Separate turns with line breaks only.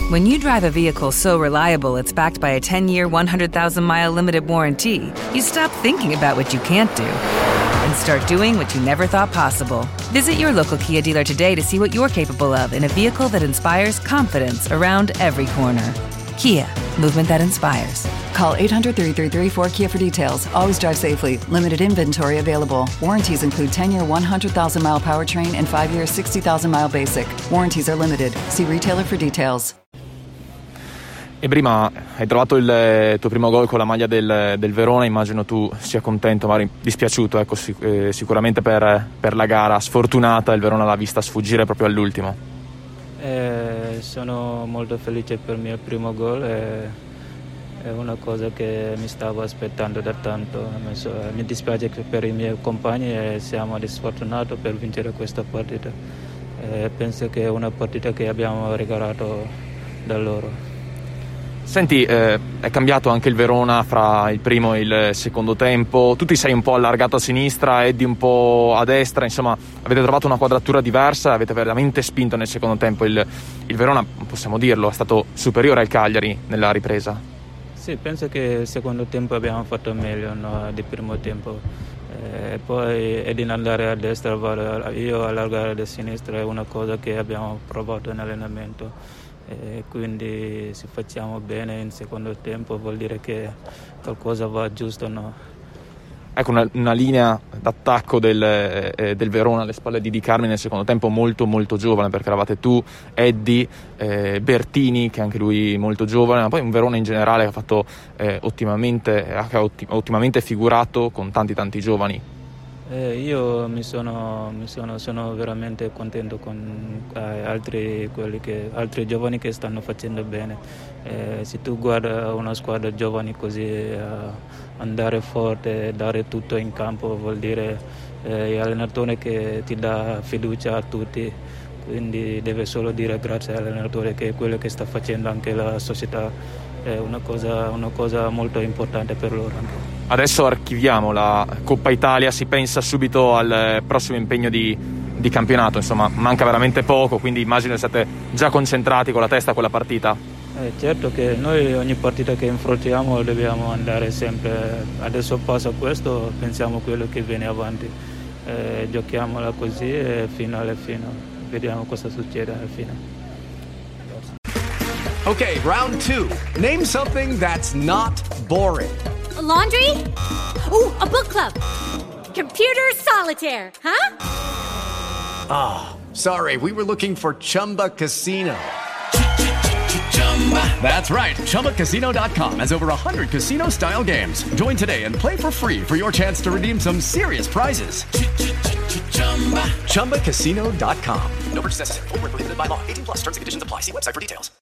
When you drive a vehicle so reliable it's backed by a 10-year, 100,000-mile limited warranty, you stop thinking about what you can't do and start doing what you never thought possible. Visit your local Kia dealer today to see what you're capable of in a vehicle that inspires confidence around every corner. Kia, movement that inspires.
Call 800-333-4KIA for details. Always drive safely. Limited inventory available. Warranties include 10-year 100,000-mile powertrain and 5-year 60,000-mile basic. Warranties are limited. See retailer for details.
E prima hai trovato il tuo primo gol con la maglia del Verona, immagino tu sia contento, magari dispiaciuto, ecco, sicuramente per la gara sfortunata, il Verona l'ha vista sfuggire proprio all'ultimo.
Sono molto felice per il mio primo gol, è una cosa che mi stavo aspettando da tanto. Mi dispiace per i miei compagni e siamo sfortunati per vincere questa partita. Penso che è una partita che abbiamo regalato da loro.
Senti, è cambiato anche il Verona fra il primo e il secondo tempo, tu ti sei un po' allargato a sinistra, Eddie un po' a destra, insomma avete trovato una quadratura diversa, avete veramente spinto nel secondo tempo. Il Verona, possiamo dirlo, è stato superiore al Cagliari nella ripresa.
Sì, penso che il secondo tempo abbiamo fatto meglio, no, del primo tempo. E poi Eddie andare a destra, io allargare a sinistra è una cosa che abbiamo provato in allenamento. E quindi se facciamo bene in secondo tempo vuol dire che qualcosa va giusto, no?
Ecco, una linea d'attacco del Verona alle spalle di Di Carmine nel secondo tempo molto molto giovane, perché eravate tu, Eddie, Bertini, che anche lui molto giovane, ma poi un Verona in generale che ha fatto ottimamente figurato con tanti giovani.
Io sono veramente contento con altri giovani che stanno facendo bene. Se tu guarda una squadra giovane così, andare forte, dare tutto in campo vuol dire l'allenatore che ti dà fiducia a tutti, quindi deve solo dire grazie all'allenatore, che è quello che sta facendo anche la società. È una cosa molto importante per loro anche.
Adesso archiviamo la Coppa Italia, si pensa subito al prossimo impegno di campionato, insomma manca veramente poco, quindi immagino che siete già concentrati con la testa a quella partita.
Certo che noi ogni partita che affrontiamo dobbiamo andare sempre, adesso passa questo, pensiamo a quello che viene avanti, giochiamola così e fino alla fine, vediamo cosa succede alla fine.
Okay, round 2. Name something that's not boring.
A laundry? Ooh, a book club. Computer solitaire, huh?
Ah, sorry, we were looking for Chumba Casino. That's right, ChumbaCasino.com has over 100 casino-style games. Join today and play for free for your chance to redeem some serious prizes. ChumbaCasino.com. No purchase necessary. Void where prohibited by law. 18+ terms and conditions apply. See website for details.